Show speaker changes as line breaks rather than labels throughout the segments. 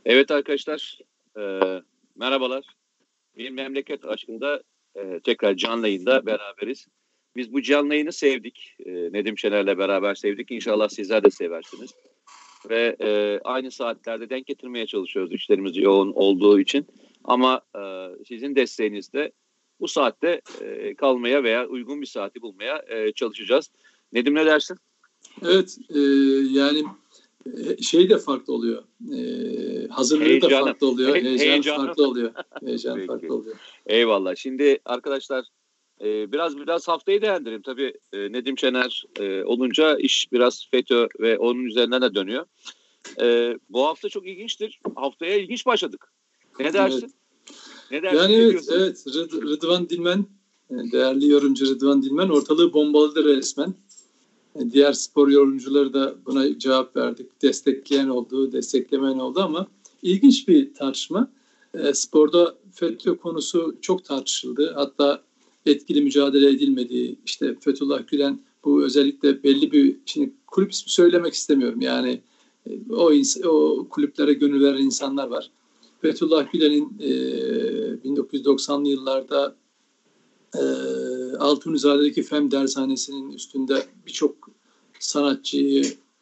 Evet arkadaşlar, merhabalar. Bir memleket aşkında tekrar canlı yayında beraberiz. Biz bu canlı yayını sevdik. Nedim Şener'le beraber sevdik. İnşallah sizler de seversiniz. Ve aynı saatlerde denk getirmeye çalışıyoruz işlerimiz yoğun olduğu için. Ama sizin desteğinizle bu saatte kalmaya veya uygun bir saati bulmaya çalışacağız. Nedim ne dersin?
Evet, yani şey de farklı oluyor. Hazırlığı da farklı oluyor. Heyecan farklı oluyor. Heyecan farklı oluyor.
Eyvallah. Şimdi arkadaşlar biraz haftayı değerlendirelim. Tabii Nedim Şener olunca iş biraz FETÖ ve onun üzerinden de dönüyor. Bu hafta çok ilginçtir. Haftaya ilginç başladık. Ne dersin?
Evet.
Ne dersin?
Yani evet. Rıdvan Dilmen, değerli yorumcu Rıdvan Dilmen ortalığı bombaladı resmen. Diğer spor yorumcuları da buna cevap verdik. Destekleyen oldu, desteklemeyen oldu ama ilginç bir tartışma. Sporda FETÖ konusu çok tartışıldı. Hatta etkili mücadele edilmediği, işte Fethullah Gülen bu özellikle belli bir, şimdi kulüp ismi söylemek istemiyorum. Yani o kulüplere gönül veren insanlar var. Fethullah Gülen'in 1990'lı yıllarda Altunizade'deki Fen Dershanesi'nin üstünde birçok sanatçıyı,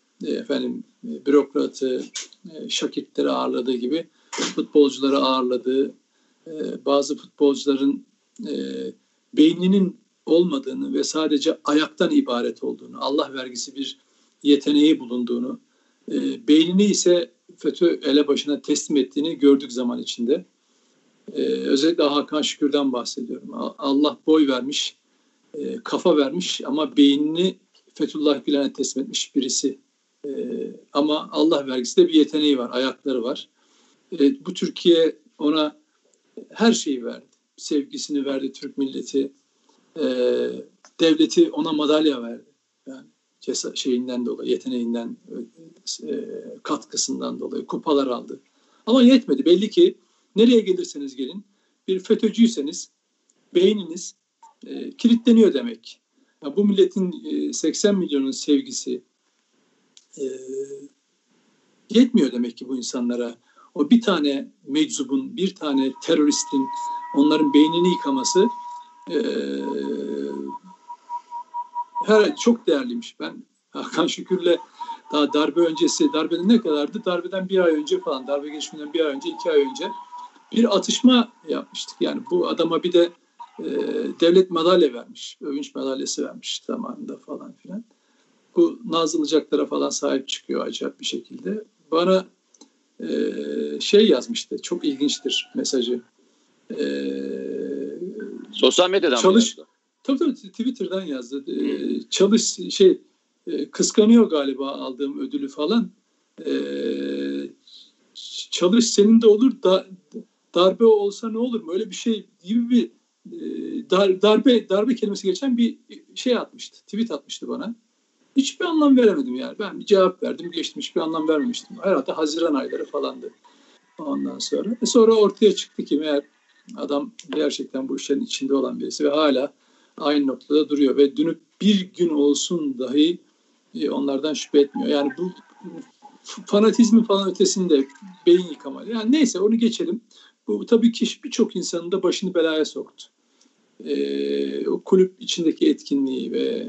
bürokratı, şakirtleri ağırladığı gibi futbolcuları ağırladığı, bazı futbolcuların beyninin olmadığını ve sadece ayaktan ibaret olduğunu, Allah vergisi bir yeteneği bulunduğunu, beynini ise FETÖ elebaşına teslim ettiğini gördük zaman içinde. Özellikle Hakan Şükür'den bahsediyorum. Allah boy vermiş, kafa vermiş ama beynini Fethullah Gülen'e teslim etmiş birisi. Ama Allah vergisi de bir yeteneği var, ayakları var. Bu Türkiye ona her şeyi verdi. Sevgisini verdi Türk milleti. Devleti ona madalya verdi. Yani şeyinden dolayı, yeteneğinden, katkısından dolayı kupalar aldı. Ama yetmedi. Belli ki nereye gelirseniz gelin, bir FETÖ'cüyseniz beyniniz kilitleniyor demek. Yani bu milletin 80 milyonun sevgisi yetmiyor demek ki bu insanlara. O bir tane meczubun, bir tane teröristin onların beynini yıkaması çok değerliymiş. Ben Hakan Şükür'le daha darbe öncesi, darbeden ne kadardı? Darbeden bir ay önce falan, darbe gelişiminden bir ay önce, 2 ay önce bir atışma yapmıştık. Yani bu adama bir de devlet madalya vermiş, övünç madalyası vermiş zamanında falan filan. Bu Nazıllıcaklara falan sahip çıkıyor acayip bir şekilde. Bana yazmıştı, çok ilginçtir mesajı.
Sosyal medyadan mı yazdı?
Tabii Twitter'dan yazdı. Kıskanıyor galiba aldığım ödülü falan. Çalış senin de olur da darbe olsa ne olur mu? Öyle bir şey gibi bir darbe kelimesi geçen bir şey atmıştı. Tweet atmıştı bana. Hiçbir anlam veremedim yani. Ben bir cevap verdim, geçtim. Hiçbir anlam vermemiştim. Herhalde Haziran ayları falandı. Ondan sonra ortaya çıktı ki meğer adam gerçekten bu işlerin içinde olan birisi ve hala aynı noktada duruyor ve dönüp bir gün olsun dahi onlardan şüphe etmiyor. Yani bu fanatizmin falan ötesinde beyin yıkamalı. Yani neyse onu geçelim. Bu tabii ki birçok insanın da başını belaya soktu. O kulüp içindeki etkinliği ve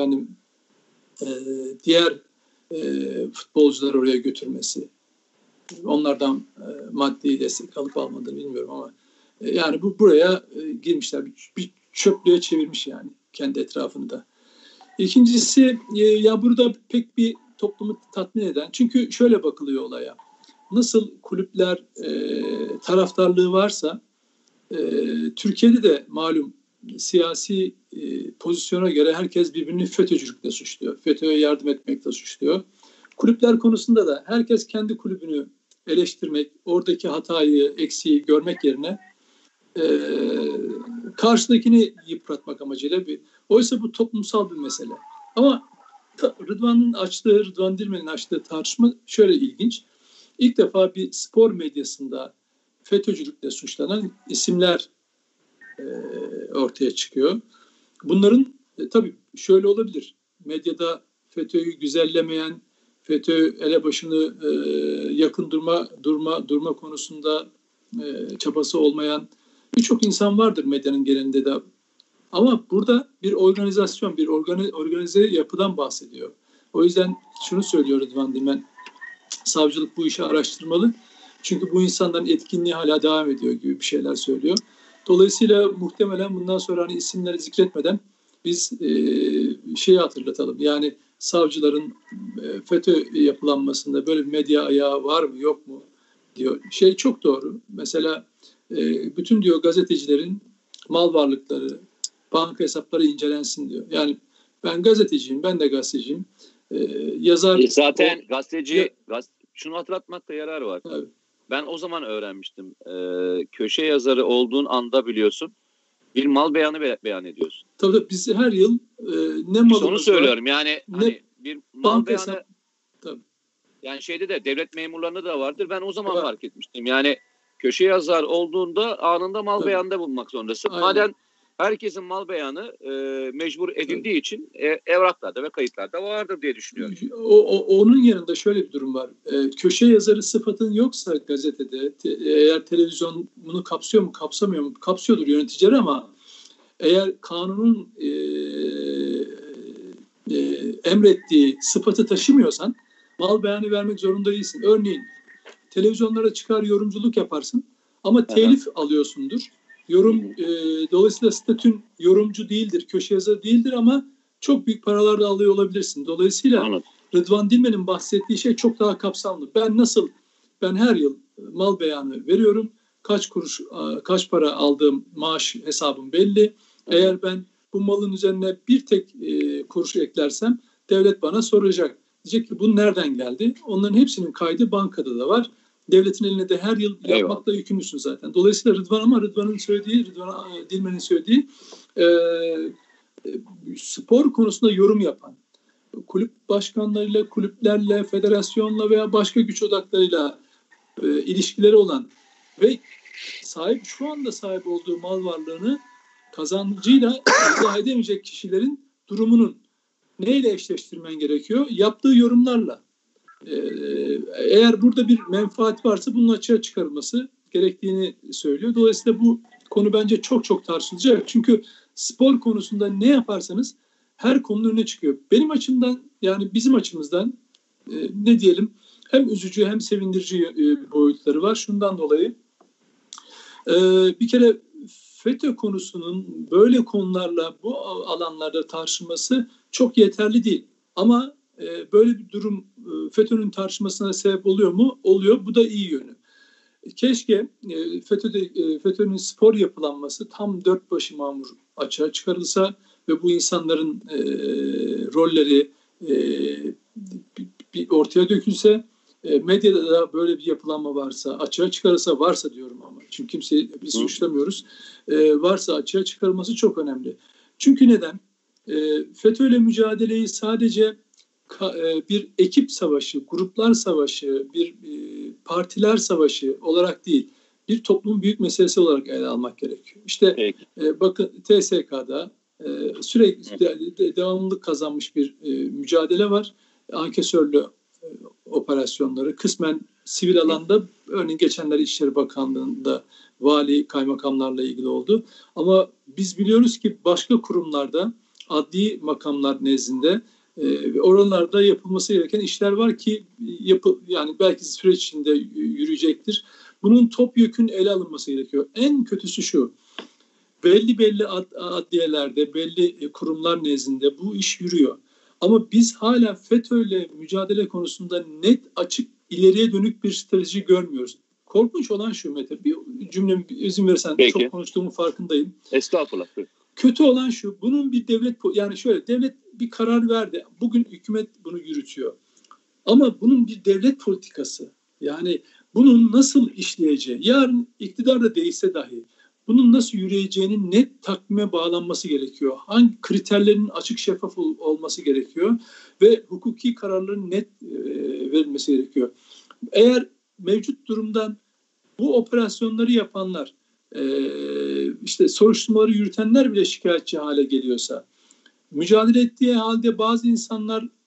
diğer futbolcuları oraya götürmesi, onlardan maddi destek alıp almadığını bilmiyorum ama yani buraya girmişler, bir çöplüğe çevirmiş yani kendi etrafını da. İkincisi ya burada pek bir toplumu tatmin eden, çünkü şöyle bakılıyor olaya. Nasıl kulüpler taraftarlığı varsa Türkiye'de de malum siyasi pozisyona göre herkes birbirini FETÖ'cülükle suçluyor. FETÖ'ye yardım etmekle suçluyor. Kulüpler konusunda da herkes kendi kulübünü eleştirmek, oradaki hatayı, eksiği görmek yerine karşıdakini yıpratmak amacıyla oysa bu toplumsal bir mesele. Ama Rıdvan Dilmen'in açtığı tartışma şöyle ilginç. İlk defa bir spor medyasında FETÖ'cülükle suçlanan isimler ortaya çıkıyor. Bunların tabii şöyle olabilir. Medyada FETÖ'yü güzellemeyen, FETÖ elebaşını yakın durma konusunda çabası olmayan birçok insan vardır medyanın genelinde de. Ama burada bir organizasyon, bir organize yapıdan bahsediyor. O yüzden şunu söylüyor Rıdvan Dilmen, savcılık bu işi araştırmalı. Çünkü bu insanların etkinliği hala devam ediyor gibi bir şeyler söylüyor. Dolayısıyla muhtemelen bundan sonra hani isimleri zikretmeden biz şeyi hatırlatalım. Yani savcıların FETÖ yapılanmasında böyle bir medya ayağı var mı yok mu diyor. Şey çok doğru. Mesela bütün diyor gazetecilerin mal varlıkları, banka hesapları incelensin diyor. Yani ben gazeteciyim, ben de gazeteciyim. Yazar...
Zaten şunu hatırlatmakta yarar var.
Evet.
Ben o zaman öğrenmiştim. Köşe yazarı olduğun anda biliyorsun bir mal beyanı beyan ediyorsun.
Tabii biz her yıl ne malımız
onu söylüyorum. Yani hani bir mal beyanı
hesap, tabii.
Yani şeyde de devlet memurlarında da vardır. Ben o zaman fark etmiştim. Yani köşe yazar olduğunda anında mal beyanında bulunmak zorundasın.
Aynen.
Madem herkesin mal beyanı mecbur edildiği için evraklarda ve kayıtlarda vardır diye düşünüyorum.
Onun yanında şöyle bir durum var. Köşe yazarı sıfatın yoksa gazetede, eğer televizyon bunu kapsıyor mu, kapsamıyor mu? Kapsıyordur yöneticileri ama eğer kanunun emrettiği sıfatı taşımıyorsan mal beyanı vermek zorunda değilsin. Örneğin televizyonlara çıkar yorumculuk yaparsın ama telif alıyorsundur. Dolayısıyla statün yorumcu değildir, köşe yazarı değildir ama çok büyük paralar da alıyor olabilirsin. Dolayısıyla Rıdvan Dilmen'in bahsettiği şey çok daha kapsamlı. Ben her yıl mal beyanı veriyorum. Kaç kuruş, kaç para aldığım maaş hesabım belli. Eğer ben bu malın üzerine bir tek kuruş eklersem devlet bana soracak. Diyecek ki bu nereden geldi? Onların hepsinin kaydı bankada da var. Devletin eline de her yıl yapmakla yükümlüsün zaten. Dolayısıyla Rıdvan Dilmen'in söylediği spor konusunda yorum yapan, kulüp başkanlarıyla, kulüplerle, federasyonla veya başka güç odaklarıyla ilişkileri olan ve şu anda sahip olduğu mal varlığını kazancıyla izah edemeyecek kişilerin durumunun neyle eşleştirmen gerekiyor? Yaptığı yorumlarla. Eğer burada bir menfaat varsa bunun açığa çıkarılması gerektiğini söylüyor. Dolayısıyla bu konu bence çok çok tartışılacak. Çünkü spor konusunda ne yaparsanız her konunun önüne çıkıyor. Benim açımdan, yani bizim açımızdan ne diyelim, hem üzücü hem sevindirici boyutları var. Şundan dolayı bir kere FETÖ konusunun böyle konularla bu alanlarda tartışılması çok yeterli değil. Ama böyle bir durum FETÖ'nün tartışmasına sebep oluyor mu? Oluyor. Bu da iyi yönü. Keşke FETÖ'nün spor yapılanması tam dört başı mamur açığa çıkarılsa ve bu insanların rolleri bir ortaya dökülse, medyada da böyle bir yapılanma varsa, açığa çıkarılsa, varsa diyorum ama çünkü kimseyi biz suçlamıyoruz, varsa açığa çıkarılması çok önemli. Çünkü neden? FETÖ'yle mücadeleyi sadece bir ekip savaşı, gruplar savaşı, bir partiler savaşı olarak değil, bir toplumun büyük meselesi olarak ele almak gerekiyor. İşte bakın TSK'da sürekli devamlılık kazanmış bir mücadele var. Ankesörlü operasyonları kısmen sivil alanda, örneğin geçenler İçişleri Bakanlığı'nda vali, kaymakamlarla ilgili oldu. Ama biz biliyoruz ki başka kurumlarda, adli makamlar nezdinde oralarda yapılması gereken işler var ki yani belki süreç içinde yürüyecektir. Bunun topyekün ele alınması gerekiyor. En kötüsü şu: belli adliyelerde, belli kurumlar nezdinde bu iş yürüyor. Ama biz hala FETÖ'yle mücadele konusunda net, açık, ileriye dönük bir strateji görmüyoruz. Korkunç olan şu Mete, bir cümlemi izin verirsen, çok konuştuğumun farkındayım.
Estağfurullah.
Kötü olan şu: bunun bir devlet, yani şöyle, devlet bir karar verdi. Bugün hükümet bunu yürütüyor. Ama bunun bir devlet politikası, yani bunun nasıl işleyeceği, yarın iktidar da değişse dahi bunun nasıl yürüyeceğinin net takvime bağlanması gerekiyor. Hangi kriterlerin açık, şeffaf olması gerekiyor ve hukuki kararların net verilmesi gerekiyor. Eğer mevcut durumdan bu operasyonları yapanlar, işte soruşturmaları yürütenler bile şikayetçi hale geliyorsa, mücadele ettiği halde bazı insanlar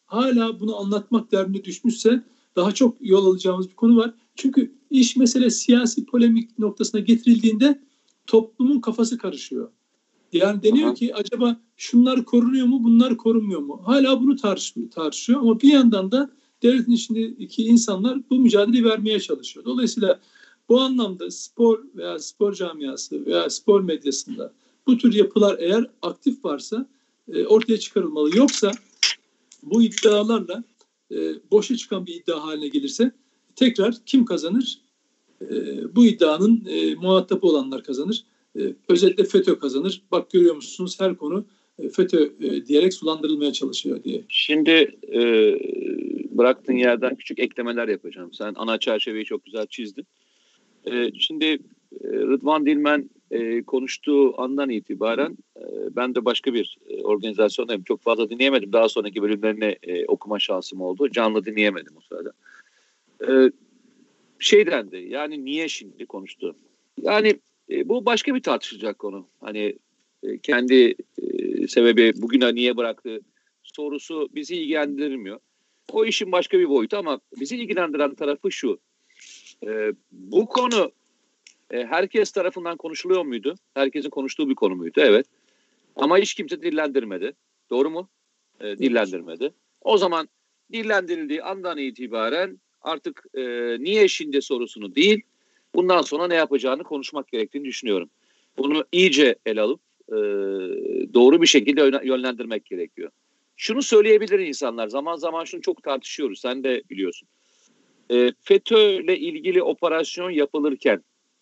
hala bunu anlatmak derdine düşmüşse daha çok yol alacağımız bir konu var. Çünkü iş mesele siyasi polemik noktasına getirildiğinde toplumun kafası karışıyor. Yani deniyor ki acaba şunlar korunuyor mu, bunlar korunmuyor mu? Hala bunu tartışıyor ama bir yandan da devletin içindeki insanlar bu mücadeleyi vermeye çalışıyor. Dolayısıyla bu anlamda spor veya spor camiası veya spor medyasında bu tür yapılar eğer aktif varsa ortaya çıkarılmalı. Yoksa bu iddialarla boşa çıkan bir iddia haline gelirse tekrar kim kazanır? Bu iddianın muhatap olanlar kazanır. Özellikle FETÖ kazanır. Bak görüyor musunuz her konu FETÖ diyerek sulandırılmaya çalışıyor diye.
Şimdi bıraktığın yerden küçük eklemeler yapacağım. Sen ana çerçeveyi çok güzel çizdin. Şimdi Rıdvan Dilmen konuştuğu andan itibaren ben de başka bir organizasyondayım. Çok fazla dinleyemedim. Daha sonraki bölümlerini okuma şansım oldu. Canlı dinleyemedim o sırada. Şey dendi, yani niye şimdi konuştu? Yani bu başka bir tartışılacak konu. Hani kendi sebebi bugüne niye bıraktı sorusu bizi ilgilendirmiyor. O işin başka bir boyutu ama bizi ilgilendiren tarafı şu. Bu konu herkes tarafından konuşuluyor muydu? Herkesin konuştuğu bir konu muydu? Evet. Ama hiç kimse dillendirmedi. Doğru mu? Dillendirmedi. O zaman dillendirildiği andan itibaren artık niye şimdi sorusunu değil, bundan sonra ne yapacağını konuşmak gerektiğini düşünüyorum. Bunu iyice ele alıp doğru bir şekilde yönlendirmek gerekiyor. Şunu söyleyebilir insanlar, zaman zaman şunu çok tartışıyoruz, sen de biliyorsun. FETÖ'yle ilgili operasyon yapılırken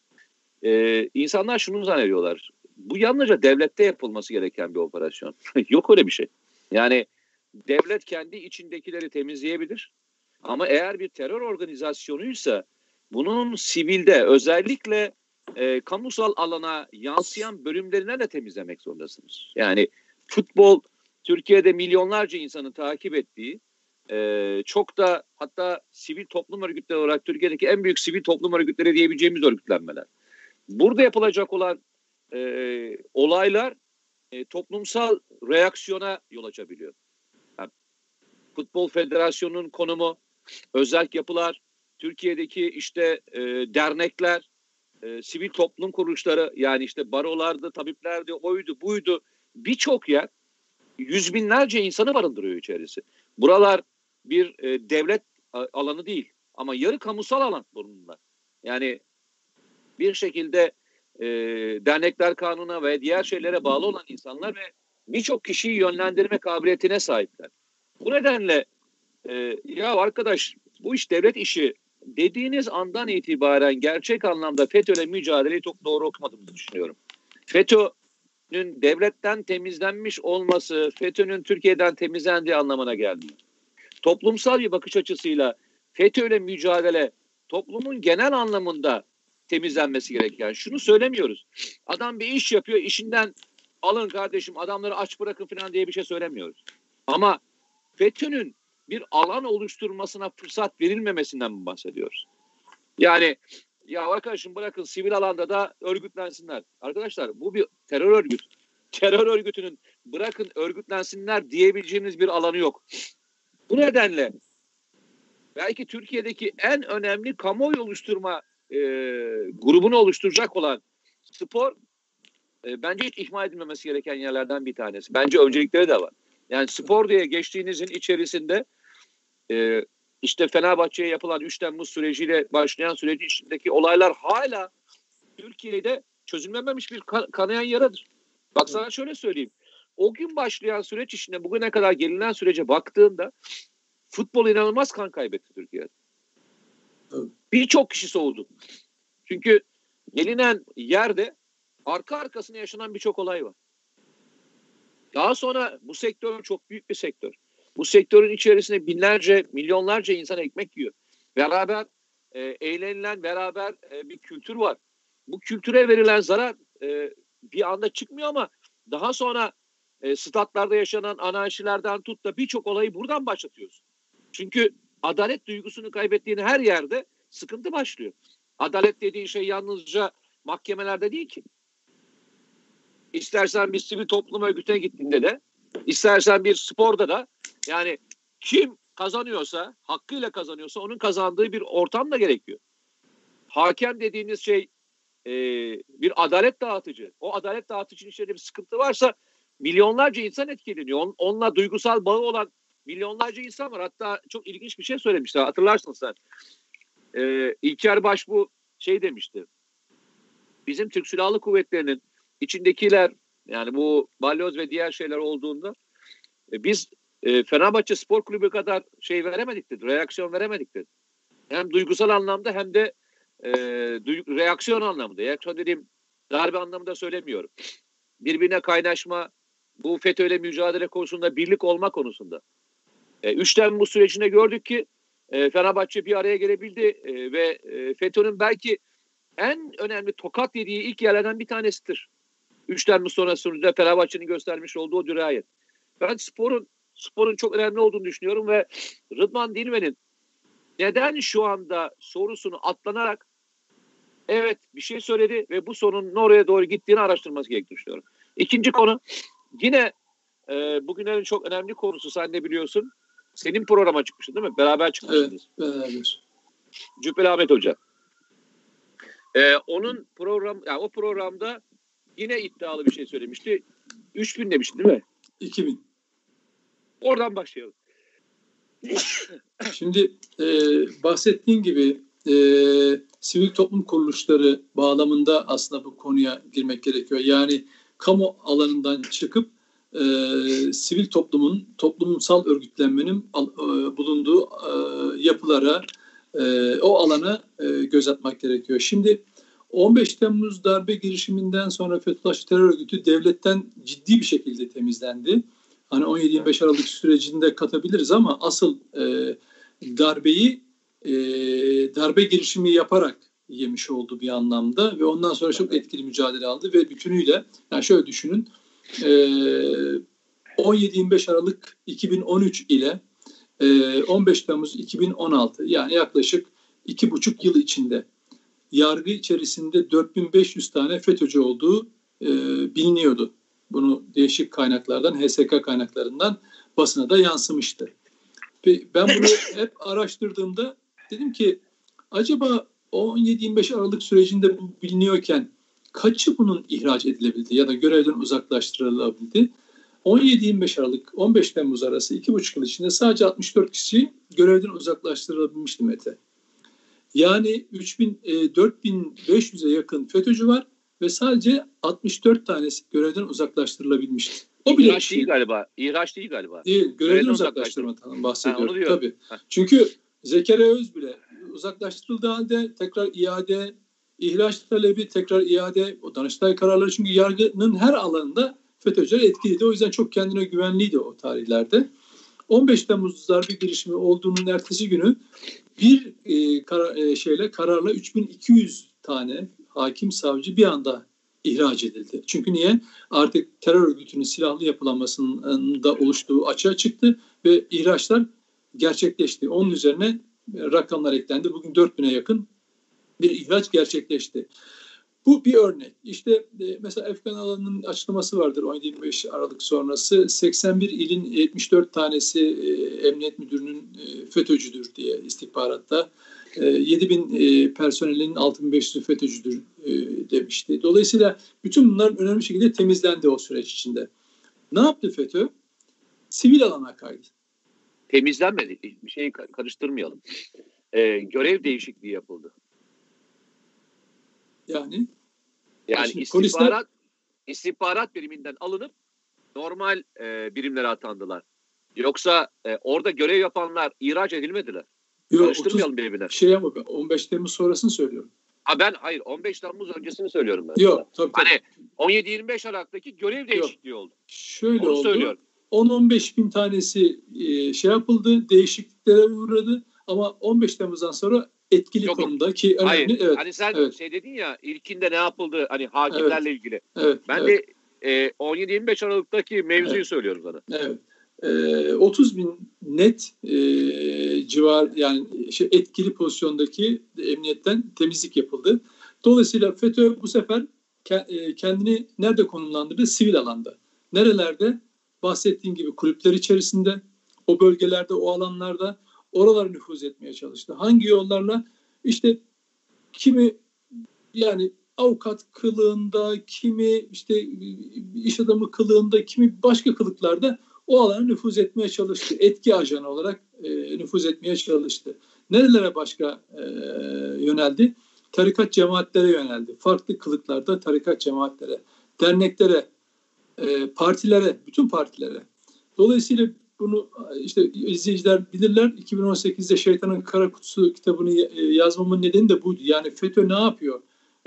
insanlar şunu zannediyorlar. Bu yalnızca devlette yapılması gereken bir operasyon. Yok öyle bir şey. Yani devlet kendi içindekileri temizleyebilir. Ama eğer bir terör organizasyonuysa bunun sivilde özellikle kamusal alana yansıyan bölümlerine de temizlemek zorundasınız. Yani futbol Türkiye'de milyonlarca insanın takip ettiği çok da hatta sivil toplum örgütleri olarak Türkiye'deki en büyük sivil toplum örgütleri diyebileceğimiz örgütlenmeler. Burada yapılacak olan olaylar toplumsal reaksiyona yol açabiliyor. Yani, Futbol Federasyonu'nun konumu, özerk yapılar, Türkiye'deki işte dernekler, sivil toplum kuruluşları yani işte barolardı, tabiplerdi, oydu, buydu birçok yer yüz binlerce insanı barındırıyor içerisi. Buralar bir devlet alanı değil ama yarı kamusal alan bunlar. Yani bir şekilde dernekler kanununa ve diğer şeylere bağlı olan insanlar ve birçok kişiyi yönlendirme kabiliyetine sahipler. Bu nedenle ya arkadaş bu iş devlet işi dediğiniz andan itibaren gerçek anlamda FETÖ'yle mücadeleyi çok doğru okumadığımızı düşünüyorum. FETÖ'nün devletten temizlenmiş olması, FETÖ'nün Türkiye'den temizlendiği anlamına gelmiyor. Toplumsal bir bakış açısıyla FETÖ'yle mücadele toplumun genel anlamında temizlenmesi gereken. Şunu söylemiyoruz. Adam bir iş yapıyor, işinden alın kardeşim adamları aç bırakın falan diye bir şey söylemiyoruz. Ama FETÖ'nün bir alan oluşturmasına fırsat verilmemesinden mi bahsediyoruz? Yani ya arkadaşım bırakın sivil alanda da örgütlensinler. Arkadaşlar bu bir terör örgütü. Terör örgütünün bırakın örgütlensinler diyebileceğimiz bir alanı yok. Bu nedenle belki Türkiye'deki en önemli kamuoyu oluşturma grubunu oluşturacak olan spor bence hiç ihmal edilmemesi gereken yerlerden bir tanesi. Bence öncelikleri de var. Yani spor diye geçtiğinizin içerisinde işte Fenerbahçe'ye yapılan 3 Temmuz süreciyle başlayan sürecin içindeki olaylar hala Türkiye'de çözülmemiş bir kanayan yaradır. Bak sana şöyle söyleyeyim. O gün başlayan süreç içinde bugüne kadar gelinen sürece baktığında futbol inanılmaz kan kaybetti Türkiye'de. Birçok kişi soğudu. Çünkü gelinen yerde arka arkasına yaşanan birçok olay var. Daha sonra bu sektör çok büyük bir sektör. Bu sektörün içerisinde binlerce, milyonlarca insan ekmek yiyor. Beraber eğlenilen, beraber bir kültür var. Bu kültüre verilen zarar bir anda çıkmıyor ama daha sonra statlarda yaşanan anarşilerden tut da birçok olayı buradan başlatıyoruz. Çünkü adalet duygusunu kaybettiğin her yerde sıkıntı başlıyor. Adalet dediğin şey yalnızca mahkemelerde değil ki. İstersen bir sivil toplum örgütüne gittiğinde de, istersen bir sporda da yani Kim kazanıyorsa, hakkıyla kazanıyorsa onun kazandığı bir ortam da gerekiyor. Hakem dediğiniz şey bir adalet dağıtıcı. O adalet dağıtıcının içinde bir sıkıntı varsa milyonlarca insan etkileniyor. Onunla duygusal bağı olan milyonlarca insan var. Hatta çok ilginç bir şey söylemişti. Hatırlarsın sen. İlker Başbuğ şey demişti. Bizim Türk Silahlı Kuvvetleri'nin içindekiler, yani bu balyoz ve diğer şeyler olduğunda biz Fenerbahçe Spor Kulübü kadar şey veremedik dedi. Reaksiyon veremedik dedi. Hem duygusal anlamda hem de reaksiyon anlamında. Reaksiyon dediğim darbe anlamında söylemiyorum. Birbirine kaynaşma, bu FETÖ'yle mücadele konusunda birlik olma konusunda. 3 Temmuz sürecinde gördük ki Fenerbahçe bir araya gelebildi ve FETÖ'nün belki en önemli tokat yediği ilk yerlerden bir tanesidir. 3 Temmuz sonrasında Fenerbahçe'nin göstermiş olduğu o dirayet. Ben sporun çok önemli olduğunu düşünüyorum ve Rıdvan Dilmen'in neden şu anda sorusunu atlanarak evet bir şey söyledi ve bu sorunun oraya doğru gittiğini araştırması gerektiğini düşünüyorum. İkinci konu yine bugünlerin çok önemli konusu, sen de biliyorsun. Senin programa çıkmıştın değil mi? Beraber çıkmıştınız.
Evet, beraber.
Cübbeli Ahmet Hoca. Onun yani o programda yine iddialı bir şey söylemişti. 3000 demiştin değil mi?
2000.
Oradan başlayalım.
Şimdi bahsettiğin gibi sivil toplum kuruluşları bağlamında aslında bu konuya girmek gerekiyor. Yani kamu alanından çıkıp sivil toplumsal örgütlenmenin bulunduğu yapılara, o alana göz atmak gerekiyor. Şimdi 15 Temmuz darbe girişiminden sonra Fethullahçı terör örgütü devletten ciddi bir şekilde temizlendi. Hani 17-25 Aralık sürecinde katabiliriz ama asıl darbe girişimi yaparak yemiş oldu bir anlamda ve ondan sonra çok etkili mücadele aldı ve bütünüyle, yani şöyle düşünün, 17-25 Aralık 2013 ile 15 Temmuz 2016, yani yaklaşık 2,5 yıl içinde yargı içerisinde 4500 tane FETÖ'cü olduğu biliniyordu. Bunu değişik kaynaklardan, HSK kaynaklarından basına da yansımıştı. Ben bunu hep araştırdığımda dedim ki acaba 17-25 Aralık sürecinde bu biliniyorken kaçı bunun ihraç edilebildi ya da görevden uzaklaştırılabildi? 17-25 Aralık 15 Temmuz arası 2,5 yıl içinde sadece 64 kişi görevden uzaklaştırılabilmişti Mete. Yani 4500'e yakın FETÖ'cü var ve sadece 64 tanesi görevden uzaklaştırılabilmişti. O bile
İhraç değil galiba. İhraç değil galiba.
Değil. Görevden uzaklaştırmadan bahsediyorum.
Ha,
tabii. Çünkü Zekeriya Öz bile uzaklaştırıldığı halde tekrar iade, ihraç talebi, tekrar iade, o Danıştay kararları, çünkü yargının her alanında FETÖ'cüler etkiliydi. O yüzden çok kendine güvenliydi o tarihlerde. 15 Temmuz darbe girişimi olduğunun ertesi günü bir kararla 3200 tane hakim savcı bir anda ihraç edildi. Çünkü niye? Artık terör örgütünün silahlı yapılanmasının da oluştuğu açığa çıktı ve ihraçlar gerçekleşti. Onun üzerine rakamlar eklendi. Bugün 4000'e yakın bir ihraç gerçekleşti. Bu bir örnek. İşte mesela Efkan Alan'ın açıklaması vardır 17-25 Aralık sonrası. 81 ilin 74 tanesi emniyet müdürünün FETÖ'cüdür diye istihbaratta. 7.000 personelinin 6.500'ü FETÖ'cüdür demişti. Dolayısıyla bütün bunlar önemli şekilde temizlendi o süreç içinde. Ne yaptı FETÖ? Sivil alana kaydı.
Temizlenmedi. Bir şeyi karıştırmayalım. Görev değişikliği yapıldı.
Yani
istihbarat biriminden alınıp normal birimlere atandılar. Yoksa orada görev yapanlar ihraç edilmediler. Karıştırmayalım birbirine.
Ama 15 Temmuz sonrasını söylüyorum.
Hayır 15 Temmuz öncesini söylüyorum ben.
Yok tabii.
Hani 17-25 Aralık'taki görev değişikliği oldu.
Şöyle
onu
oldu.
Söylüyorum.
10-15 bin tanesi yapıldı, değişikliklere uğradı ama 15 Temmuz'dan sonra etkili konumda ki önemli.
Hayır.
Evet.
Hani sen
evet.
şey dedin ya, ilkinde ne yapıldı hani hakimlerle ilgili.
Evet.
Ben de 17-25 Aralık'taki mevzuyu söylüyorum sana.
Evet. 30 bin net civar, yani etkili pozisyondaki emniyetten temizlik yapıldı. Dolayısıyla FETÖ bu sefer kendini nerede konumlandırdı? Sivil alanda. Nerelerde? Bahsettiğim gibi kulüpler içerisinde, o bölgelerde, o alanlarda oralara nüfuz etmeye çalıştı. Hangi yollarla? İşte kimi yani avukat kılığında, kimi işte iş adamı kılığında, kimi başka kılıklarda o alana nüfuz etmeye çalıştı. Etki ajanı olarak nüfuz etmeye çalıştı. Nerelere başka yöneldi? Tarikat cemaatlere yöneldi. Farklı kılıklarda tarikat cemaatlere, derneklere, partilere, bütün partilere. Dolayısıyla bunu işte izleyiciler bilirler. 2018'de Şeytanın Kara Kutusu kitabını yazmamın nedeni de buydu. Yani FETÖ ne yapıyor?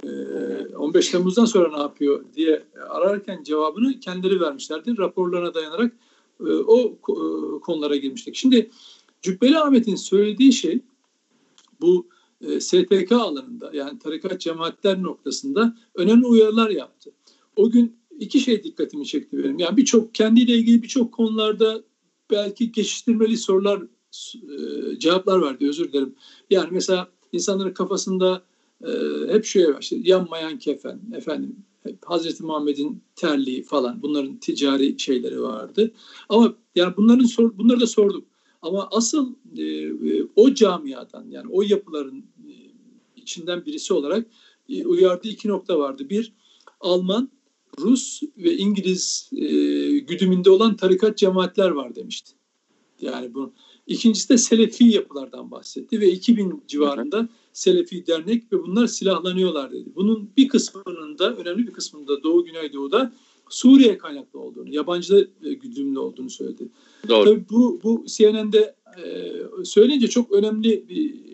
15 Temmuz'dan sonra ne yapıyor diye ararken cevabını kendileri vermişlerdi. Raporlarına dayanarak o konulara girmiştik. Şimdi Cübbeli Ahmet'in söylediği şey bu STK alanında, yani tarikat cemaatler noktasında önemli uyarılar yaptı. O gün iki şey dikkatimi çekti benim. Yani kendiyle ilgili birçok konularda belki geçiştirmeli sorular, cevaplar verdi, özür dilerim. Yani mesela insanların kafasında hep şöyle var, işte yanmayan kefen, efendim Hazreti Muhammed'in terliği falan, bunların ticari şeyleri vardı. Ama yani bunları da sorduk. Ama asıl o camiadan, yani o yapıların içinden birisi olarak uyardığı iki nokta vardı. Bir, Alman, Rus ve İngiliz güdümünde olan tarikat cemaatler var demişti. Yani bu. İkincisi de Selefi yapılardan bahsetti ve 2000 civarında Selefi dernek ve bunlar silahlanıyorlar dedi. Bunun bir kısmının da, önemli bir kısmının da Doğu Güneydoğu'da Suriye kaynaklı olduğunu, yabancı güdümlü olduğunu söyledi.
Doğru.
Tabii bu CNN'de söyleyince çok önemli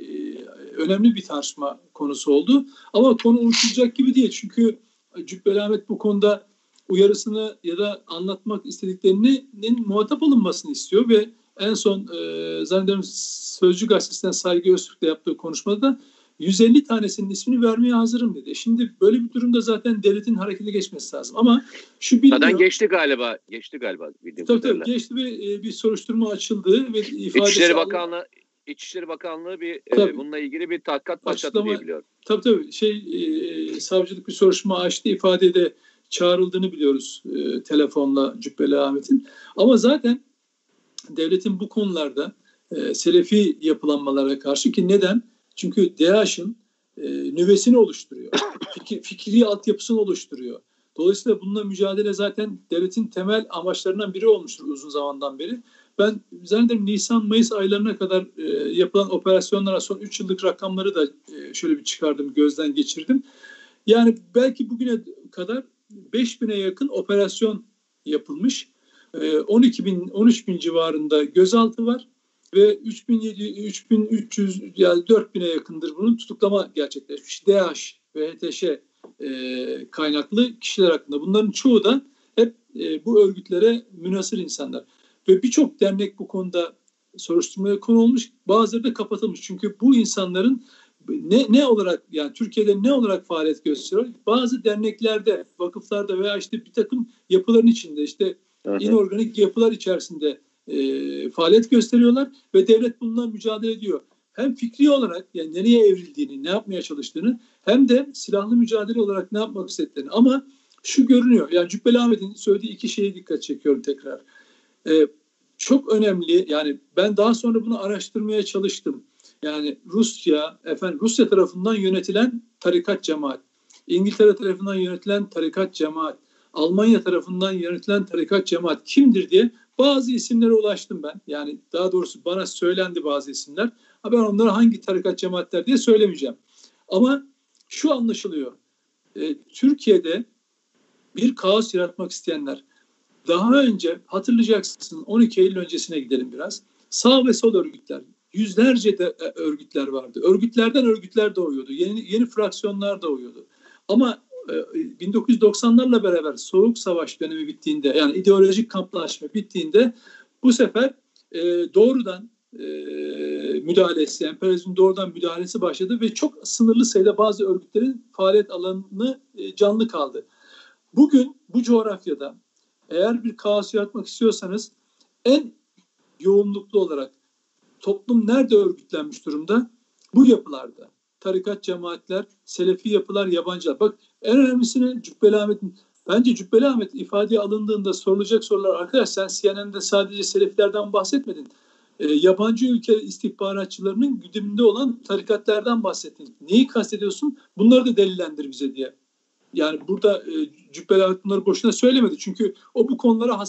bir tartışma konusu oldu. Ama konu unutulacak gibi değil. Çünkü Cübbeli Ahmet bu konuda uyarısını ya da anlatmak istediklerinin muhatap alınmasını istiyor ve en son zannederim Sözcü Gazetesi'nden Saygı Öztürk'le yaptığı konuşmada da 150 tanesinin ismini vermeye hazırım dedi. Şimdi böyle bir durumda zaten devletin harekete geçmesi lazım. Ama şu biliniyor.
Zaten geçti galiba.
Tabii geçti ve bir soruşturma açıldı ve ifadesi
İçişleri Bakanlığı bununla ilgili bir tahkikat başlattı
açıklama,
diye biliyorum.
Tabii savcılık bir soruşturma açtı, ifadede çağrıldığını biliyoruz telefonla Cübbeli Ahmet'in. Ama zaten devletin bu konularda Selefi yapılanmalara karşı, ki neden? Çünkü DAEŞ'in nüvesini oluşturuyor. Fikri altyapısını oluşturuyor. Dolayısıyla bununla mücadele zaten devletin temel amaçlarından biri olmuştur uzun zamandan beri. Ben zannederim Nisan-Mayıs aylarına kadar yapılan operasyonlara son 3 yıllık rakamları da şöyle bir çıkardım, gözden geçirdim. Yani belki bugüne kadar 5.000'e yakın operasyon yapılmış. 13 bin civarında gözaltı var ve 3.300 yani 4.000'e yakındır bunun tutuklama gerçekleşmiş. DAEŞ ve HTŞ kaynaklı kişiler hakkında. Bunların çoğu da hep bu örgütlere münhasır insanlar. Ve birçok dernek bu konuda soruşturmaya konu olmuş. Bazıları da kapatılmış. Çünkü bu insanların ne olarak, yani Türkiye'de ne olarak faaliyet gösteriyor? Bazı derneklerde, vakıflarda veya işte bir takım yapıların içinde, işte inorganik yapılar içerisinde faaliyet gösteriyorlar ve devlet bununla mücadele ediyor. Hem fikri olarak, yani nereye evrildiğini, ne yapmaya çalıştığını, hem de silahlı mücadele olarak ne yapmak istediklerini. Ama şu görünüyor, yani Cübbeli Ahmet'in söylediği iki şeye dikkat çekiyorum tekrar. Çok önemli, yani ben daha sonra bunu araştırmaya çalıştım. Yani Rusya tarafından yönetilen tarikat cemaat, İngiltere tarafından yönetilen tarikat cemaat, Almanya tarafından yönetilen tarikat cemaat kimdir diye bazı isimlere ulaştım ben. Yani daha doğrusu bana söylendi bazı isimler. Ben onlara hangi tarikat cemaatler diye söylemeyeceğim. Ama şu anlaşılıyor. Türkiye'de bir kaos yaratmak isteyenler, daha önce hatırlayacaksın, 12 Eylül öncesine gidelim biraz. Sağ ve sol örgütler, yüzlerce de örgütler vardı. Örgütlerden örgütler doğuyordu. Yeni fraksiyonlar doğuyordu. Ama 1990'larla beraber Soğuk Savaş dönemi bittiğinde, yani ideolojik kamplaşma bittiğinde bu sefer doğrudan müdahalesi, emperyalizmin doğrudan müdahalesi başladı ve çok sınırlı sayıda bazı örgütlerin faaliyet alanını canlı kaldı. Bugün bu coğrafyada eğer bir kaos yaratmak istiyorsanız en yoğunluklu olarak toplum nerede örgütlenmiş durumda? Bu yapılarda. Tarikat cemaatler, Selefi yapılar, yabancılar. Bak en önemlisini Cübbeli Ahmet'in Bence Cübbeli Ahmet ifadeye alındığında sorulacak sorular, arkadaş sen CNN'de sadece Selefilerden bahsetmedin. Yabancı ülke istihbaratçılarının güdümünde olan tarikatlardan bahsettin. Neyi kastediyorsun? Bunları da delillendir bize diye. Yani burada Cübbeli Ahmet bunları boşuna söylemedi. Çünkü o bu konulara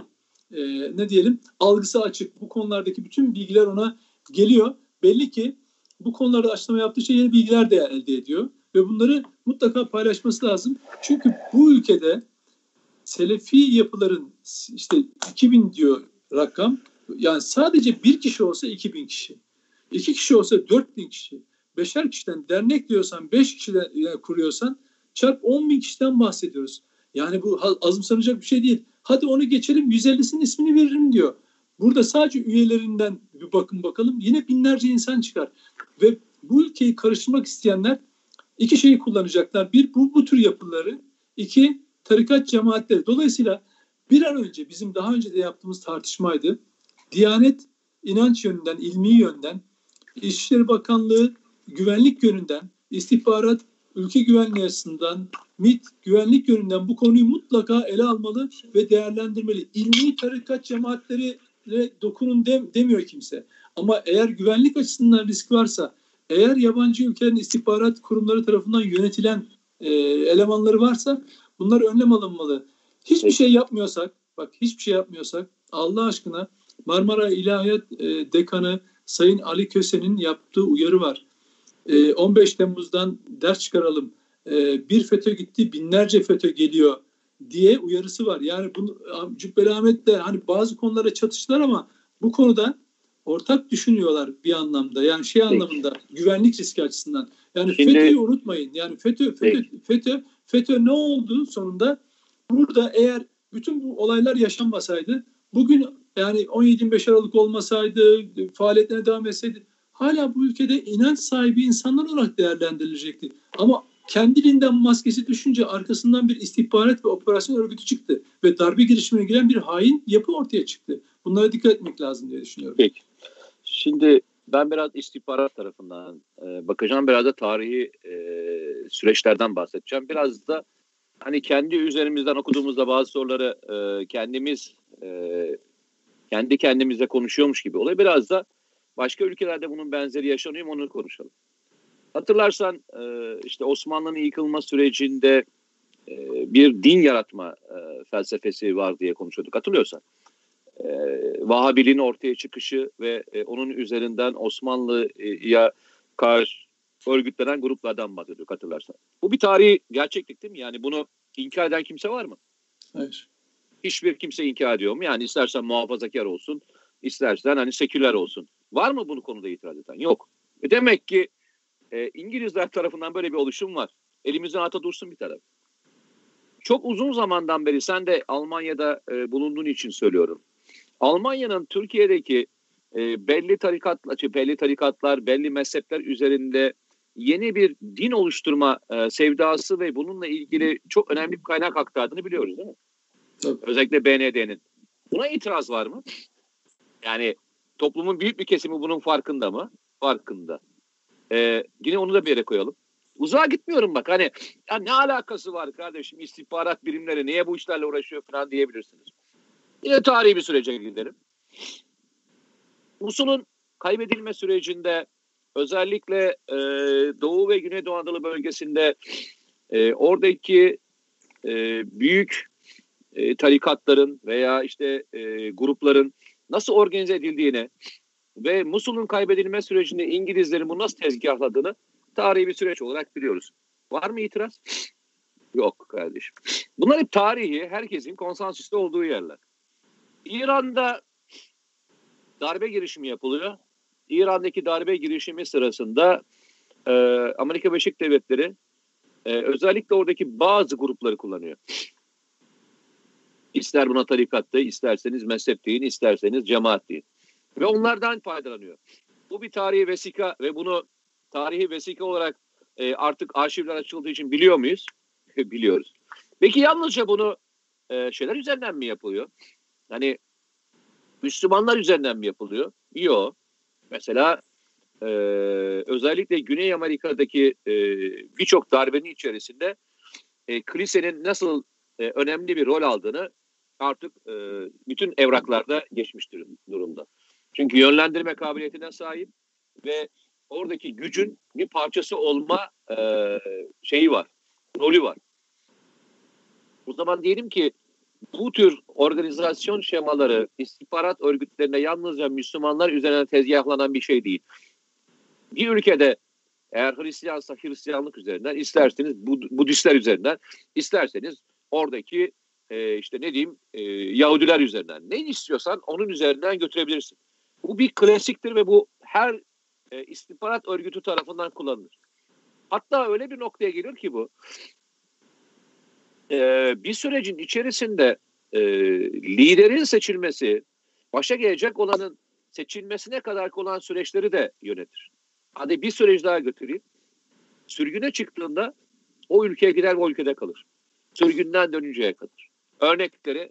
ne diyelim, algısı açık. Bu konulardaki bütün bilgiler ona geliyor. Belli ki bu konularda açıklama yaptığı yeni bilgiler de elde ediyor. Ve bunları mutlaka paylaşması lazım. Çünkü bu ülkede Selefi yapıların işte 2000 diyor rakam. Yani sadece bir kişi olsa 2000 kişi. 2 kişi olsa 4000 kişi. 5'er kişiden dernek diyorsan, 5 kişiden kuruyorsan çarp 10 bin kişiden bahsediyoruz. Yani bu azımsanacak bir şey değil. Hadi onu geçelim, 150'sinin ismini veririm diyor. Burada sadece üyelerinden bir bakın bakalım, yine binlerce insan çıkar. Ve bu ülkeyi karıştırmak isteyenler iki şeyi kullanacaklar. Bir, bu tür yapıları. İki, tarikat cemaatleri. Dolayısıyla bir an önce, bizim daha önce de yaptığımız tartışmaydı. Diyanet inanç yönünden, ilmi yönden, İçişleri Bakanlığı güvenlik yönünden, istihbarat ülke güvenliği açısından, MİT güvenlik yönünden bu konuyu mutlaka ele almalı ve değerlendirmeli. İlmi tarikat cemaatleri dokunun demiyor kimse. Ama eğer güvenlik açısından risk varsa, eğer yabancı ülkelerin istihbarat kurumları tarafından yönetilen elemanları varsa bunlar önlem alınmalı. Hiçbir şey yapmıyorsak Allah aşkına, Marmara İlahiyat Dekanı Sayın Ali Köse'nin yaptığı uyarı var. 15 Temmuz'dan ders çıkaralım. Bir FETÖ gitti, binlerce FETÖ geliyor diye uyarısı var. Yani bunu Cübbeli Ahmet'le hani bazı konulara çatıştılar ama bu konuda ortak düşünüyorlar bir anlamda. Yani anlamında, güvenlik riski açısından. Yani FETÖ'yü unutmayın. Yani FETÖ ne oldu sonunda? Burada eğer bütün bu olaylar yaşanmasaydı, bugün yani 17-25 Aralık olmasaydı, faaliyetlerine devam etseydi, hala bu ülkede inanç sahibi insanlar olarak değerlendirilecekti. Ama kendiliğinden maskesi düşünce arkasından bir istihbarat ve operasyon örgütü çıktı. Ve darbe girişimine giren bir hain yapı ortaya çıktı. Bunlara dikkat etmek lazım diye düşünüyorum.
Peki. Şimdi ben biraz istihbarat tarafından bakacağım. Biraz da tarihi süreçlerden bahsedeceğim. Biraz da hani kendi üzerimizden okuduğumuzda bazı soruları kendi kendimize konuşuyormuş gibi oluyor. Biraz da başka ülkelerde bunun benzeri yaşanıyor mu onu konuşalım. Hatırlarsan işte Osmanlı'nın yıkılma sürecinde bir din yaratma felsefesi var diye konuşuyorduk. Hatırlıyorsan. Vahabiliğin ortaya çıkışı ve onun üzerinden Osmanlı'ya karşı örgütlenen gruplardan bahsediyorduk, hatırlarsan. Bu bir tarihi gerçeklik değil mi? Yani bunu inkar eden kimse var mı?
Hayır.
Hiçbir kimse inkar ediyor mu? Yani istersen muhafazakar olsun, istersen hani seküler olsun. Var mı bunu konuda itiraz eden? Yok. Demek ki İngilizler tarafından böyle bir oluşum var. Elimizden ata dursun bir taraf. Çok uzun zamandan beri, sen de Almanya'da bulunduğun için söylüyorum. Almanya'nın Türkiye'deki belli tarikatlar, belli mezhepler üzerinde yeni bir din oluşturma sevdası ve bununla ilgili çok önemli bir kaynak aktardığını biliyoruz değil mi?
Tabii.
Özellikle BND'nin. Buna itiraz var mı? Yani toplumun büyük bir kesimi bunun farkında mı? Farkında. Yine onu da bir yere koyalım. Uzağa gitmiyorum bak, hani ya ne alakası var kardeşim, istihbarat birimleri niye bu işlerle uğraşıyor falan diyebilirsiniz. Yine tarihi bir sürece gidelim. Musul'un kaybedilme sürecinde özellikle Doğu ve Güneydoğu Anadolu bölgesinde oradaki büyük tarikatların veya işte grupların nasıl organize edildiğini ve Musul'un kaybedilme sürecinde İngilizlerin bunu nasıl tezgahladığını tarihi bir süreç olarak biliyoruz. Var mı itiraz? Yok kardeşim. Bunlar hep tarihi, herkesin konsensüste olduğu yerler. İran'da darbe girişimi yapılıyor. İran'daki darbe girişimi sırasında Amerika Birleşik Devletleri özellikle oradaki bazı grupları kullanıyor. İster buna tarikat deyin, isterseniz mezhep deyin, isterseniz cemaat deyin. Ve onlardan faydalanıyor. Bu bir tarihi vesika ve bunu tarihi vesika olarak artık arşivler açıldığı için biliyor muyuz? Biliyoruz. Peki yalnızca bunu şeyler üzerinden mi yapılıyor? Hani Müslümanlar üzerinden mi yapılıyor? Yok. Mesela özellikle Güney Amerika'daki birçok darbenin içerisinde kilisenin nasıl önemli bir rol aldığını artık bütün evraklarda geçmiştir durumda. Çünkü yönlendirme kabiliyetine sahip ve oradaki gücün bir parçası olma şeyi var, rolü var. O zaman diyelim ki bu tür organizasyon şemaları istihbarat örgütlerine yalnızca Müslümanlar üzerine tezgahlanan bir şey değil. Bir ülkede eğer Hristiyansa Hristiyanlık üzerinden, isterseniz Budistler üzerinden, isterseniz oradaki işte ne diyeyim Yahudiler üzerinden. Ne istiyorsan onun üzerinden götürebilirsin. Bu bir klasiktir ve bu her istihbarat örgütü tarafından kullanılır. Hatta öyle bir noktaya geliyor ki bu. Bir sürecin içerisinde liderin seçilmesi, başa gelecek olanın seçilmesine kadar olan süreçleri de yönetir. Hadi bir süreç daha götüreyim. Sürgüne çıktığında o ülkeye gider, o ülkede kalır. Sürgünden dönünceye kadar. Örnekleri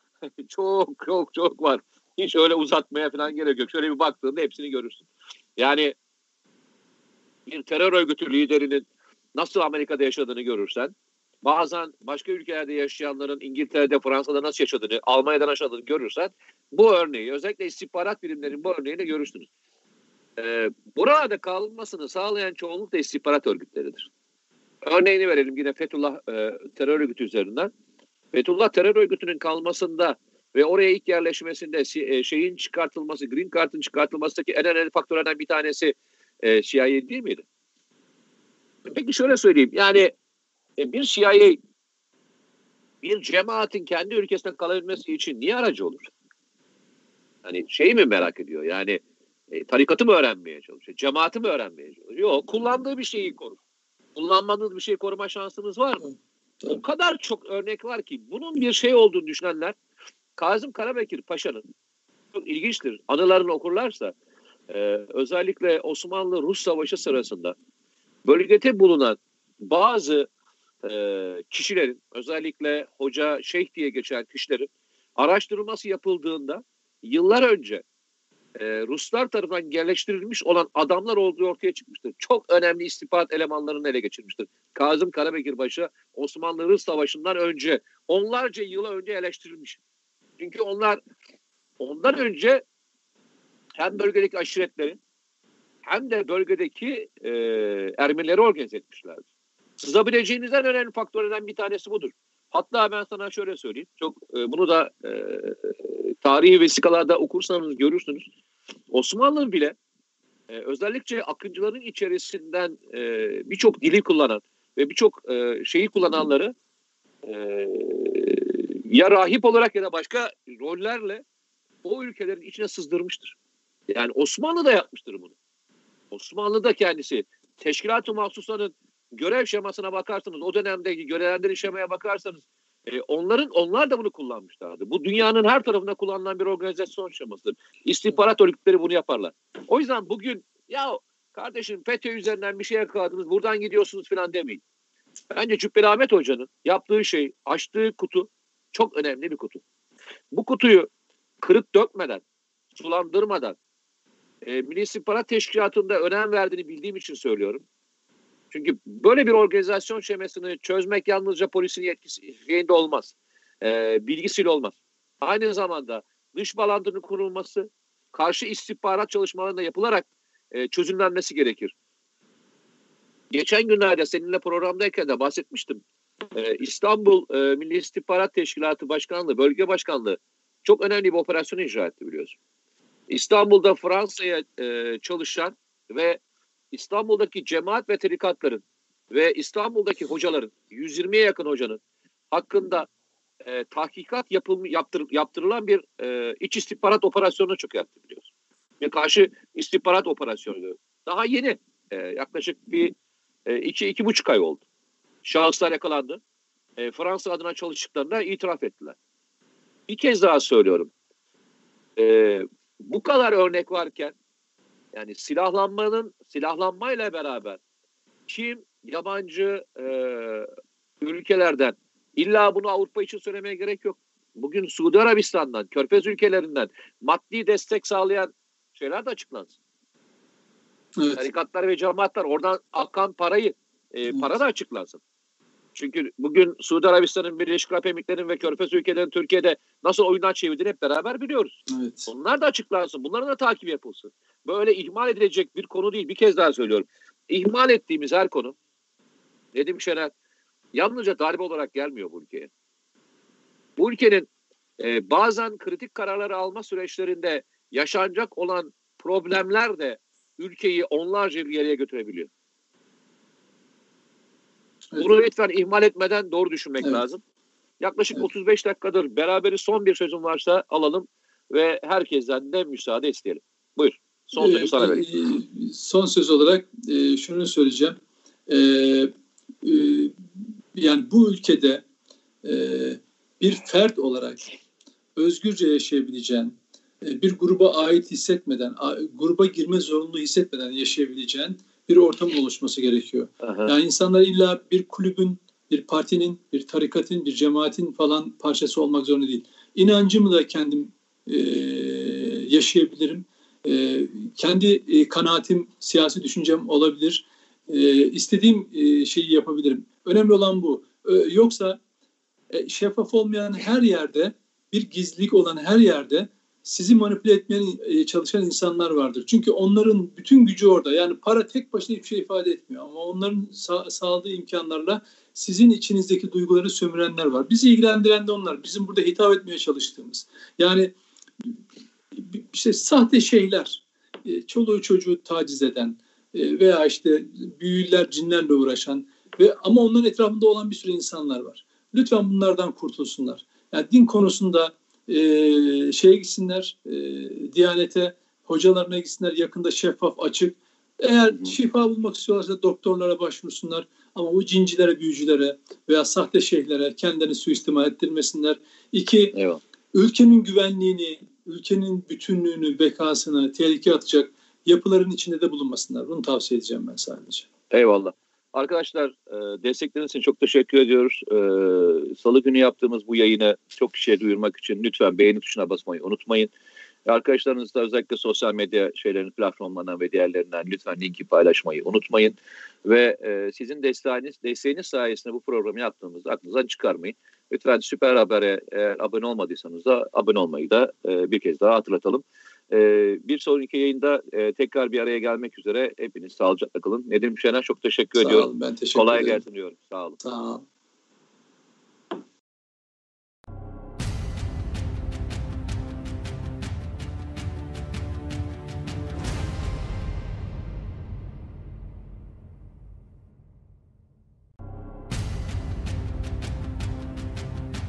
çok var. Hiç öyle uzatmaya falan gerek yok. Şöyle bir baktığında hepsini görürsün. Yani bir terör örgütü liderinin nasıl Amerika'da yaşadığını görürsen, bazen başka ülkelerde yaşayanların İngiltere'de, Fransa'da nasıl yaşadığını, Almanya'da nasıl yaşadığını görürsen, bu örneği, özellikle istihbarat birimlerinin bu örneğini görürsünüz. Burada kalmasını sağlayan çoğunlukla istihbarat örgütleridir. Örneğini verelim yine Fethullah terör örgütü üzerinden. Fethullah terör örgütünün kalmasında ve oraya ilk yerleşmesinde şeyin çıkartılması, Green Card'ın çıkartılmasındaki en önemli faktörlerden bir tanesi CIA değil miydi? Peki şöyle söyleyeyim. Yani bir CIA bir cemaatin kendi ülkesinde kalabilmesi için niye aracı olur? Hani şeyi mi merak ediyor? Yani tarikatı mı öğrenmeye çalışıyor? Cemaati mi öğrenmeye çalışıyor? Yok. Kullandığı bir şeyi korur. Kullanmadığınız bir şeyi koruma şansınız var mı? O kadar çok örnek var ki bunun bir şey olduğunu düşünenler Kazım Karabekir Paşa'nın çok ilginçtir. Anılarını okurlarsa özellikle Osmanlı-Rus Savaşı sırasında bölgede bulunan bazı kişilerin özellikle hoca, şeyh diye geçen kişilerin araştırılması yapıldığında yıllar önce Ruslar tarafından yerleştirilmiş olan adamlar olduğu ortaya çıkmıştır. Çok önemli istihbarat elemanlarını ele geçirmiştir. Kazım Karabekir Paşa Osmanlı-Rus Savaşı'ndan önce onlarca yıl önce eleştirilmiş. Çünkü onlar ondan önce hem bölgedeki aşiretleri hem de bölgedeki Ermenileri organize etmişlerdi. Sızabileceğiniz en önemli faktörlerden bir tanesi budur. Hatta ben sana şöyle söyleyeyim. Çok bunu da tarihi vesikalarda okursanız görürsünüz. Osmanlı bile özellikle akıncıların içerisinden birçok dili kullanan ve birçok şeyi kullananları ya rahip olarak ya da başka rollerle o ülkelerin içine sızdırmıştır. Yani Osmanlı da yapmıştır bunu. Osmanlı da kendisi Teşkilat-ı Mahsusa'nın görev şemasına bakarsanız, o dönemdeki görevlendirin şemaya bakarsanız onlar da bunu kullanmışlardı. Bu dünyanın her tarafında kullanılan bir organizasyon şemasıdır. İstihbarat örgütleri bunu yaparlar. O yüzden bugün ya kardeşim FETÖ üzerinden bir şey yakaladınız, buradan gidiyorsunuz falan demeyin. Bence Cübbeli Ahmet Hoca'nın yaptığı şey, açtığı kutu çok önemli bir kutu. Bu kutuyu kırıp dökmeden, sulandırmadan, Milli İstihbarat Teşkilatı'nda önem verdiğini bildiğim için söylüyorum. Çünkü böyle bir organizasyon şemasını çözmek yalnızca polisin yetkisi şeyinde olmaz. Bilgisiyle olmaz. Aynı zamanda dış bağlantının kurulması, karşı istihbarat çalışmalarında yapılarak çözümlenmesi gerekir. Geçen günlerde seninle programdayken de bahsetmiştim. İstanbul Milli İstihbarat Teşkilatı Başkanlığı, Bölge Başkanlığı çok önemli bir operasyon icra etti biliyorsun. İstanbul'da Fransa'ya çalışan ve İstanbul'daki cemaat ve tarikatların ve İstanbul'daki hocaların 120'ye yakın hocanın hakkında tahkikat yaptırılan bir iç istihbarat operasyonuna çökertti biliyorsun. Ve karşı istihbarat operasyonu daha yeni yaklaşık bir 2-2,5 ay oldu. Şahıslar yakalandı. Fransa adına çalıştıklarına itiraf ettiler. Bir kez daha söylüyorum. Bu kadar örnek varken yani silahlanmayla beraber kim yabancı ülkelerden illa bunu Avrupa için söylemeye gerek yok. Bugün Suudi Arabistan'dan, Körfez ülkelerinden maddi destek sağlayan şeyler de açıklansın. Evet. Tarikatlar ve cemaatler oradan akan para da açıklansın. Çünkü bugün Suudi Arabistan'ın, Birleşik Arap Emirlikleri'nin ve Körfez ülkelerinin Türkiye'de nasıl oyundan çevirdiğini hep beraber biliyoruz.
Evet.
Bunlar da açıklansın. Bunların da takibi yapılsın. Böyle ihmal edilecek bir konu değil. Bir kez daha söylüyorum. İhmal ettiğimiz her konu, Nedim Şener, yalnızca darbe olarak gelmiyor bu ülkeye. Bu ülkenin bazen kritik kararları alma süreçlerinde yaşanacak olan problemler de ülkeyi onlarca yıl geriye götürebiliyor.
Evet.
Bunu lütfen ihmal etmeden doğru düşünmek
Evet.
lazım. Yaklaşık
Evet.
35 dakikadır beraberiz. Son bir sözüm varsa alalım ve herkesten de müsaade isteyelim. Buyur. Son sözü sana vereyim.
Son söz olarak şunu söyleyeceğim. Yani bu ülkede bir fert olarak özgürce yaşayabileceğin, bir gruba ait hissetmeden, gruba girme zorunluluğu hissetmeden yaşayabileceğin bir ortamın oluşması gerekiyor.
Aha.
Yani insanlar illa bir kulübün, bir partinin, bir tarikatın, bir cemaatin falan parçası olmak zorunda değil. İnancımı da kendim yaşayabilirim. Kendi kanaatim, siyasi düşüncem olabilir. İstediğim şeyi yapabilirim. Önemli olan bu. Yoksa şeffaf olmayan her yerde, bir gizlilik olan her yerde sizi manipüle etmeye çalışan insanlar vardır. Çünkü onların bütün gücü orada. Yani para tek başına hiçbir şey ifade etmiyor. Ama onların sağladığı imkanlarla sizin içinizdeki duyguları sömürenler var. Bizi ilgilendiren de onlar. Bizim burada hitap etmeye çalıştığımız. Yani işte sahte şeyler, çoluğu çocuğu taciz eden veya işte büyüler, cinlerle uğraşan ama onların etrafında olan bir sürü insanlar var. Lütfen bunlardan kurtulsunlar. Yani din konusunda şeye gitsinler, Diyanete, hocalarına gitsinler, yakında şeffaf, açık. Eğer şifa bulmak istiyorlarsa doktorlara başvursunlar. Ama bu cincilere, büyücülere veya sahte şeyhlere kendilerini suistimal ettirmesinler. İki,
Eyvallah.
ülkenin güvenliğini, ülkenin bütünlüğünü, bekasını tehlikeye atacak yapıların içinde de bulunmasınlar. Bunu tavsiye edeceğim ben sadece.
Eyvallah. Arkadaşlar destekleriniz için çok teşekkür ediyoruz. Salı günü yaptığımız bu yayını çok kişiye duyurmak için lütfen beğeni tuşuna basmayı unutmayın. Arkadaşlarınızla özellikle sosyal medya platformlarından ve diğerlerinden lütfen linki paylaşmayı unutmayın. Ve sizin desteğiniz sayesinde bu programı yaptığımızda aklınızdan çıkarmayın. Lütfen Süper Haber'e eğer abone olmadıysanız da abone olmayı da bir kez daha hatırlatalım. Bir sonraki yayında tekrar bir araya gelmek üzere. Hepiniz sağlıcakla kalın. Nedim Şener çok teşekkür ediyorum.
Sağ olun, ben teşekkür
Kolay
ederim.
gelsin diyorum. Sağ olun.
Sağ olun.